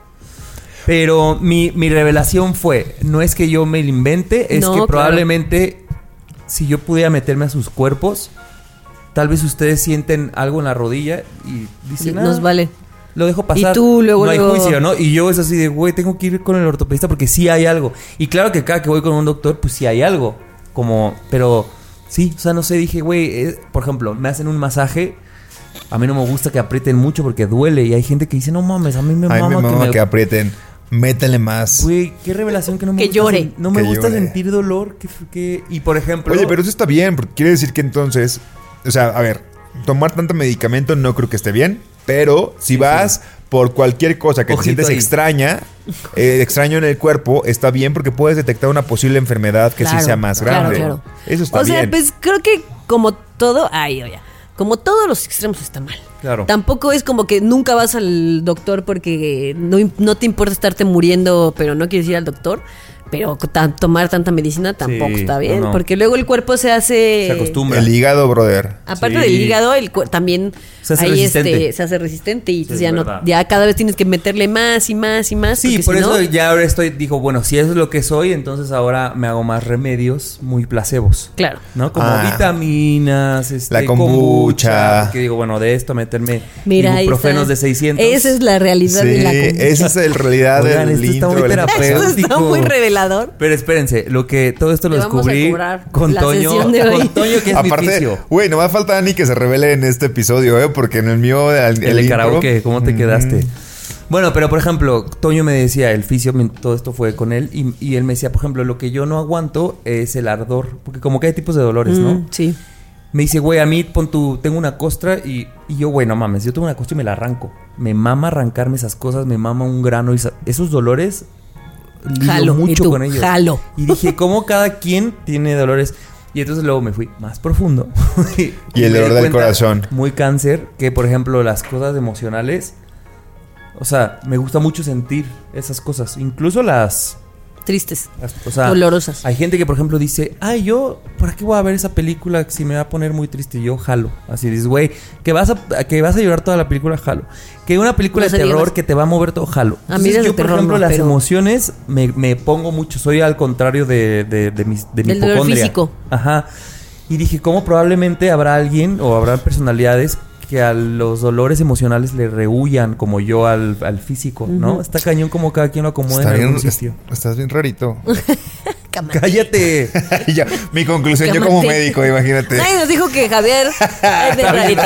Pero mi, mi revelación fue, no es que yo me lo invente, es no, que claro. probablemente si yo pudiera meterme a sus cuerpos, tal vez ustedes sienten algo en la rodilla y dicen, ah, nos vale. Lo dejo pasar. Y tú luego, no hay luego... juicio, ¿no? Y yo es así de, güey, tengo que ir con el ortopedista porque sí hay algo. Y claro que cada que voy con un doctor, pues sí hay algo. Como, pero sí, o sea, no sé, dije, güey, eh, por ejemplo, me hacen un masaje. A mí no me gusta que aprieten mucho porque duele. Y hay gente que dice, no mames, a mí me mama, a mí me mama que, me... que aprieten. Métele más. Güey, qué revelación que no me que gusta. Llore. Sen- no me que gusta llore. sentir dolor. Que, que... Y por ejemplo. Oye, pero eso está bien, porque quiere decir que entonces. O sea, a ver, tomar tanto medicamento no creo que esté bien. Pero si sí, vas sí. por cualquier cosa que Ojito te sientes ahí. extraña, eh, extraño en el cuerpo, está bien porque puedes detectar una posible enfermedad que claro, sí sea más grande. Claro, claro. Eso está o bien. O sea, pues creo que como todo. Ay, oye. Como todos los extremos está mal. Claro. Tampoco es como que nunca vas al doctor porque no, no te importa estarte muriendo, pero no quieres ir al doctor. Pero tan, tomar tanta medicina tampoco sí, está bien. No, no. Porque luego el cuerpo se hace... Se acostumbra. El hígado, brother. Aparte sí. del hígado, el cu- también se hace, ahí resistente. Este, se hace resistente. Y sí, ya, no, ya cada vez tienes que meterle más y más y más. Sí, por si eso no, ya ahora estoy... Dijo, bueno, si eso es lo que soy, entonces ahora me hago más remedios muy placebos. Claro. ¿No? Como ah, vitaminas, este, la kombucha. kombucha. Porque digo, bueno, de esto meterme Mira, ibuprofenos de seiscientos. Esa es la realidad sí, de la kombucha. Esa es la realidad Oigan, del esto está muy terapéutico. Esto está muy revelador. Pero espérense, lo que todo esto lo Te descubrí con la Toño, sesión de hoy. con Toño que es Aparte, mi fisio. güey, no va a faltar ni que se revele en este episodio, ¿eh? Porque en el mío... El, el, el intro, karaoke, ¿cómo te mm. quedaste? Bueno, pero por ejemplo, Toño me decía, el fisio, todo esto fue con él, y, y él me decía, por ejemplo, lo que yo no aguanto es el ardor, porque como que hay tipos de dolores, mm, ¿no? Sí. Me dice, güey, a mí, pon tu, tengo una costra y, y yo, güey, no mames, yo tengo una costra y me la arranco. Me mama arrancarme esas cosas, me mama un grano y esa, esos dolores... Jalo, mucho y tú, con ellos. Jalo. Y dije, ¿cómo cada quien tiene dolores? Y entonces luego me fui más profundo. y, y el dolor del corazón. Muy cáncer, que por ejemplo las cosas emocionales, o sea, me gusta mucho sentir esas cosas, incluso las... Tristes, las, o sea, dolorosas. Hay gente que por ejemplo dice, ay, yo, ¿para qué voy a ver esa película si me va a poner muy triste? Y yo jalo. Así dices, güey, que vas a que vas a llorar toda la película, jalo. Que una película no de terror digas. que te va a mover todo, jalo. A mí Entonces, yo, de por terror, ejemplo, no, las pero... emociones me, me pongo mucho. Soy al contrario de, de, de, mi, de mi el dolor hipocondria. físico. Ajá. Y dije, ¿cómo probablemente habrá alguien o habrá personalidades que a los dolores emocionales le rehuyan como yo al, al físico, ¿no? Uh-huh. Está cañón como cada quien lo acomoda Está en bien, algún sitio. Es, estás bien rarito. ¡Cállate! ya, mi conclusión, Cámate. Yo como médico, imagínate. Nadie nos dijo que Javier es de rarito.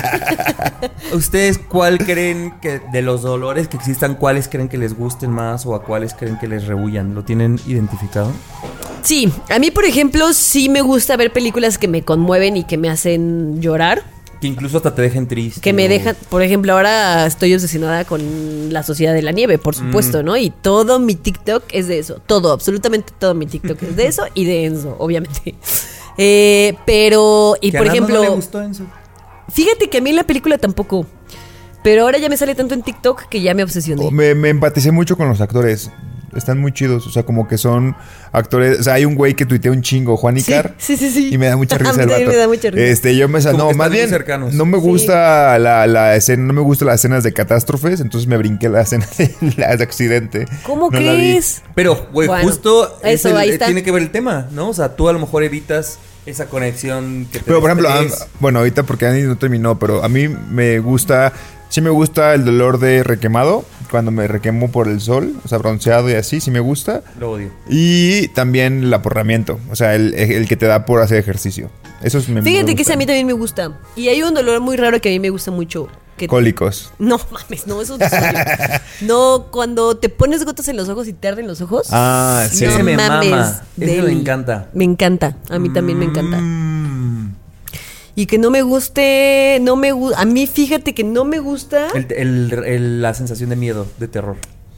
¿Ustedes cuál creen que de los dolores que existan, cuáles creen que les gusten más o a cuáles creen que les rehuyan? ¿Lo tienen identificado? Sí, a mí por ejemplo sí me gusta ver películas que me conmueven y que me hacen llorar. Que incluso hasta te dejen triste. Que me o- dejan, por ejemplo, ahora estoy obsesionada con la Sociedad de la Nieve, por supuesto, Mm. ¿no? Y todo mi TikTok es de eso. Todo, absolutamente todo mi TikTok es de eso y de Enzo, obviamente. Eh, pero, y Que por a Nando ejemplo, no le gustó Enzo. fíjate que a mí la película tampoco. Pero ahora ya me sale tanto en TikTok que ya me obsesioné. Me, me empaticé mucho con los actores. Están muy chidos. O sea, como que son actores. O sea, hay un güey que tuitea un chingo, Juan Sí, Icar. sí, sí, sí. Y me da mucha A risa mí el también vato. me da mucha risa. Este, yo me. Como No, que más están muy bien. cercanos. No me Sí. gusta la, la escena. No me gustan las escenas de catástrofes. Entonces me brinqué la escena de, la de accidente. ¿Cómo No la vi. crees? Pero, güey, Bueno, justo es eso, el- ahí eh, está. tiene que ver el tema, ¿no? O sea, tú a lo mejor evitas esa conexión que te Pero por ejemplo, estrés. a- bueno, ahorita porque Andy no terminó, pero a mí me gusta, sí me gusta el dolor de requemado, cuando me requemo por el sol, o sea, bronceado y así, sí me gusta. Lo odio. Y también el aporramiento, o sea, el, el que te da por hacer ejercicio. Eso es me Fíjate me que ese gusta. a mí también me gusta. Y hay un dolor muy raro que a mí me gusta mucho. Que Cólicos. No mames, no, eso es odio. No, cuando te pones gotas en los ojos y te arden los ojos. Ah, sí. No Ese me mames, mama. Ese me deli. encanta. Me encanta, a mí también me encanta. Mm. Y que no me guste, no me gusta. A mí fíjate que no me gusta. El- el- el- la sensación de miedo, de terror.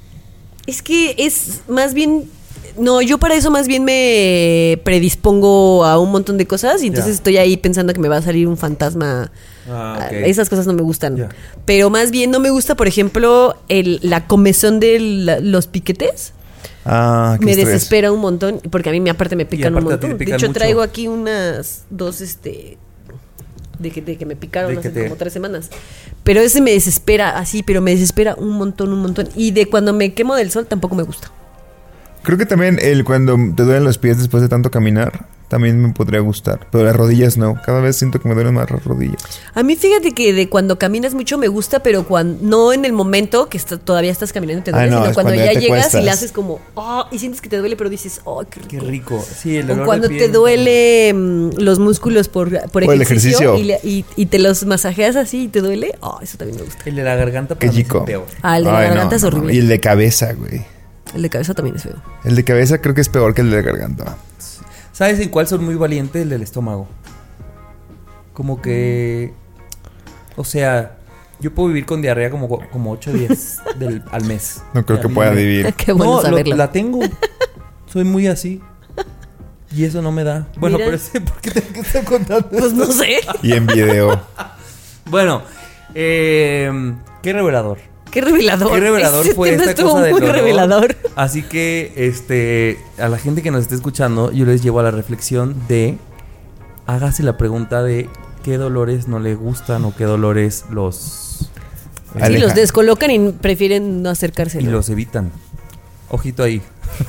Es que es más bien. No, yo para eso más bien me predispongo a un montón de cosas y entonces Ya. estoy ahí pensando que me va a salir un fantasma. Ah, ok. Esas cosas no me gustan. Ya. Pero más bien no me gusta, por ejemplo, el, la comezón de la- los piquetes. Ah, qué Me estrés. desespera un montón porque a mí me aparte me pican un aparte a ti te montón. De pican hecho mucho. traigo aquí unas dos este de que, de que me picaron De hace que te- como tres semanas. Pero ese me desespera así, pero me desespera un montón, un montón. Y de cuando me quemo del sol tampoco me gusta. Creo que también el cuando te duelen los pies después de tanto caminar, también me podría gustar. Pero las rodillas no. Cada vez siento que me duelen más las rodillas. A mí fíjate que de cuando caminas mucho me gusta, pero cuando no en el momento que está- todavía estás caminando y te Ah, duele, no, sino es cuando, cuando ya ya te llegas y cuestas. le haces como, oh, y sientes que te duele, pero dices, oh, qué rico. Qué rico. Sí, el O olor cuando de te piel. duele mm, los músculos por, por, Por el ejercicio, ejercicio. Y, le- y- y te los masajeas así y te duele, oh, eso también me gusta. El de la garganta Qué para mí es chico. el peor. Ah, el de la Ay, no, garganta es no, no. horrible. Y el de cabeza, güey. El de cabeza también es feo. El de cabeza creo que es peor que el de la garganta. ¿Sabes en cuál son muy valientes? El del estómago. Como que... O sea, yo puedo vivir con diarrea como, como ocho días del, al mes. No creo Y a que mí pueda me- vivir. Qué bueno no, lo- saberlo. la tengo. Soy muy así. Y eso no me da. Bueno, Mira. pero es ¿por qué tengo que estar contando Pues no esto? sé. Y en video. Bueno, eh, qué revelador. Qué revelador. Qué revelador Ese fue tema esta estuvo cosa del muy dolor. revelador. Así que, este, a la gente que nos esté escuchando, yo les llevo a la reflexión de hágase la pregunta de qué dolores no le gustan o qué dolores los Sí, Aleja. los descolocan y prefieren no acercarse. y los evitan. Ojito ahí.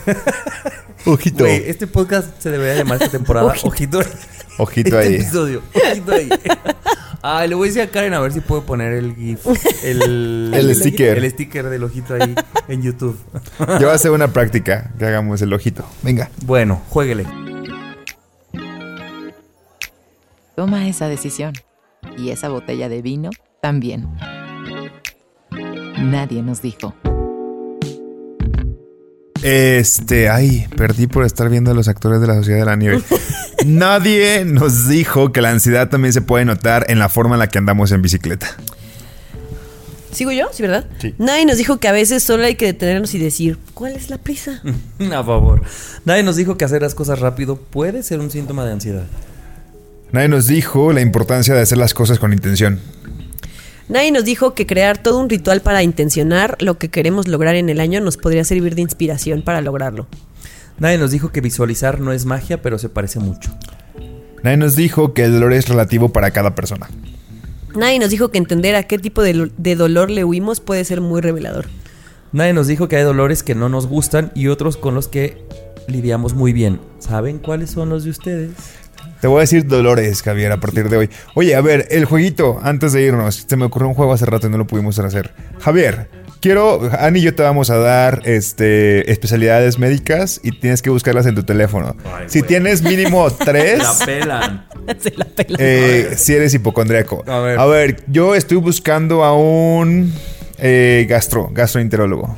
Ojito. Güey, este podcast se debería llamar esta temporada Ojito. Ojito, ahí. Ojito Este ahí. episodio. Ojito ahí. Ah, le voy a decir a Karen a ver si puedo poner el GIF. El, El sticker. El sticker del ojito ahí en YouTube. Ya va a ser una práctica que hagamos el ojito. Venga. Bueno, juéguele. Toma esa decisión. Y esa botella de vino también. Nadie nos dijo. Este, ay, perdí por estar viendo a los actores de la Sociedad de la Nieve. Nadie nos dijo que la ansiedad también se puede notar en la forma en la que andamos en bicicleta. ¿Sigo yo? ¿Sí, verdad? Sí. Nadie nos dijo que a veces solo hay que detenernos y decir, ¿cuál es la prisa? A favor. Nadie nos dijo que hacer las cosas rápido puede ser un síntoma de ansiedad. Nadie nos dijo la importancia de hacer las cosas con intención. Nadie nos dijo que crear todo un ritual para intencionar lo que queremos lograr en el año nos podría servir de inspiración para lograrlo. Nadie nos dijo que visualizar no es magia, pero se parece mucho. Nadie nos dijo que el dolor es relativo para cada persona. Nadie nos dijo que entender a qué tipo de, de dolor le huimos puede ser muy revelador. Nadie nos dijo que hay dolores que no nos gustan y otros con los que lidiamos muy bien. ¿Saben cuáles son los de ustedes? Te voy a decir dolores, Javier, a partir de hoy. Oye, a ver, el jueguito, antes de irnos. Se me ocurrió un juego hace rato y no lo pudimos hacer. Javier, quiero... Ani y yo te vamos a dar este, especialidades médicas y tienes que buscarlas en tu teléfono. Ay, si güey. tienes mínimo tres... La pelan. Se la pela. Eh, si eres hipocondriaco. A ver. A ver, yo estoy buscando a un eh, gastro, gastroenterólogo.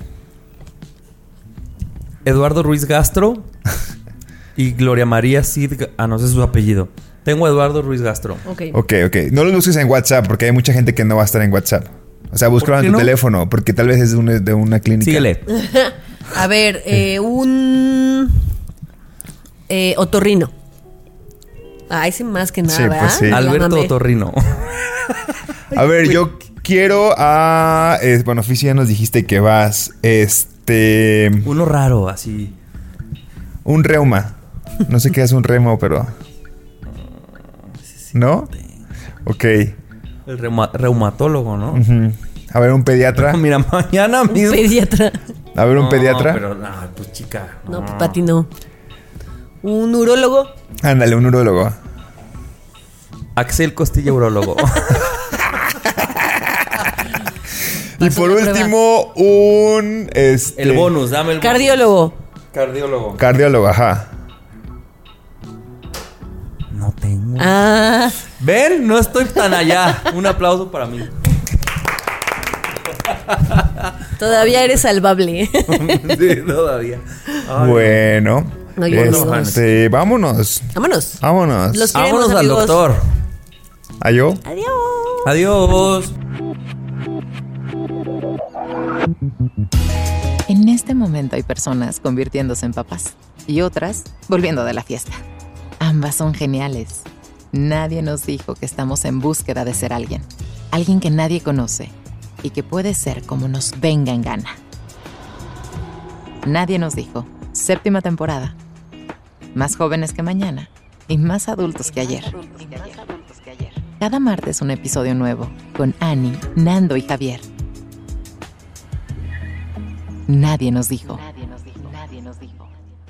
Eduardo Ruiz Gastro y Gloria María Cid. Ah, no sé su apellido. Tengo a Eduardo Ruiz Gastro. Ok. Ok, ok. No lo busques en WhatsApp porque hay mucha gente que no va a estar en WhatsApp. O sea, búscalo ¿Por en qué tu no? teléfono porque tal vez es de una, de una clínica. Síguele. A ver, eh, un eh, otorrino. Ah, ese más que nada, Sí, pues ¿verdad? sí. Ya Alberto mamé. Otorrino. A ver, yo quiero a... eh, bueno, Fisi, ya nos dijiste que vas. Este... Uno raro, así. Un reuma. No sé qué es un reuma, pero... ¿No? Ok. El reuma- reumatólogo, ¿no? Ujú. A ver, un pediatra. Mira, mañana Un mismo. pediatra. A ver, un No, pediatra. Pero, no, pues chica. No, pues para ti no. Un urólogo. Ándale, un urólogo. Axel Costilla, urólogo. Y Pasó por la prueba. último, un... Este... El bonus, dame el bonus. Cardiólogo. Cardiólogo. Cardiólogo, ajá. No tengo. Ah, ¿Ven? No estoy tan allá. Un aplauso para mí. todavía eres salvable. Sí, todavía. Ay, Bueno. No, yo no. este, vámonos. Vámonos. Vámonos. Los queremos, Vámonos al amigos. doctor. ¿A yo? Adiós. Adiós. En este momento hay personas convirtiéndose en papás y otras volviendo de la fiesta. Ambas son geniales. Nadie nos dijo que estamos en búsqueda de ser alguien. Alguien que nadie conoce y que puede ser como nos venga en gana. Nadie nos dijo. Séptima temporada. Más jóvenes que mañana y más adultos que ayer. Cada martes un episodio nuevo con Annie, Nando y Javier. Nadie nos dijo. Nadie nos dijo. Nadie nos dijo.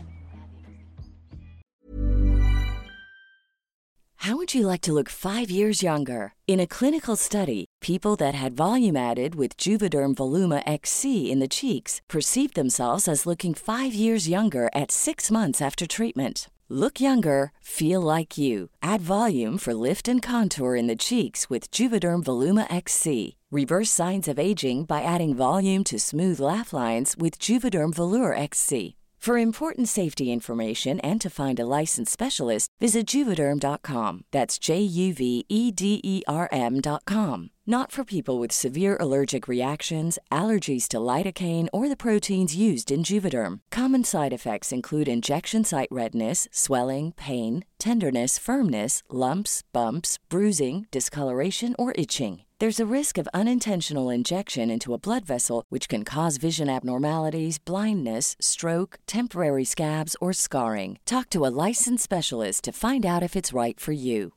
How would you like to look five years younger? In a clinical study, people that had volume added with Juvederm Voluma X C in the cheeks perceived themselves as looking five years younger at six months after treatment. Look younger, feel like you. Add volume for lift and contour in the cheeks with Juvederm Voluma X C. Reverse signs of aging by adding volume to smooth laugh lines with Juvederm Volure X C. For important safety information and to find a licensed specialist, visit Juvederm dot com. That's J U V E D E R M dot com. Not for people with severe allergic reactions, allergies to lidocaine, or the proteins used in Juvederm. Common side effects include injection site redness, swelling, pain, tenderness, firmness, lumps, bumps, bruising, discoloration, or itching. There's a risk of unintentional injection into a blood vessel, which can cause vision abnormalities, blindness, stroke, temporary scabs, or scarring. Talk to a licensed specialist to find out if it's right for you.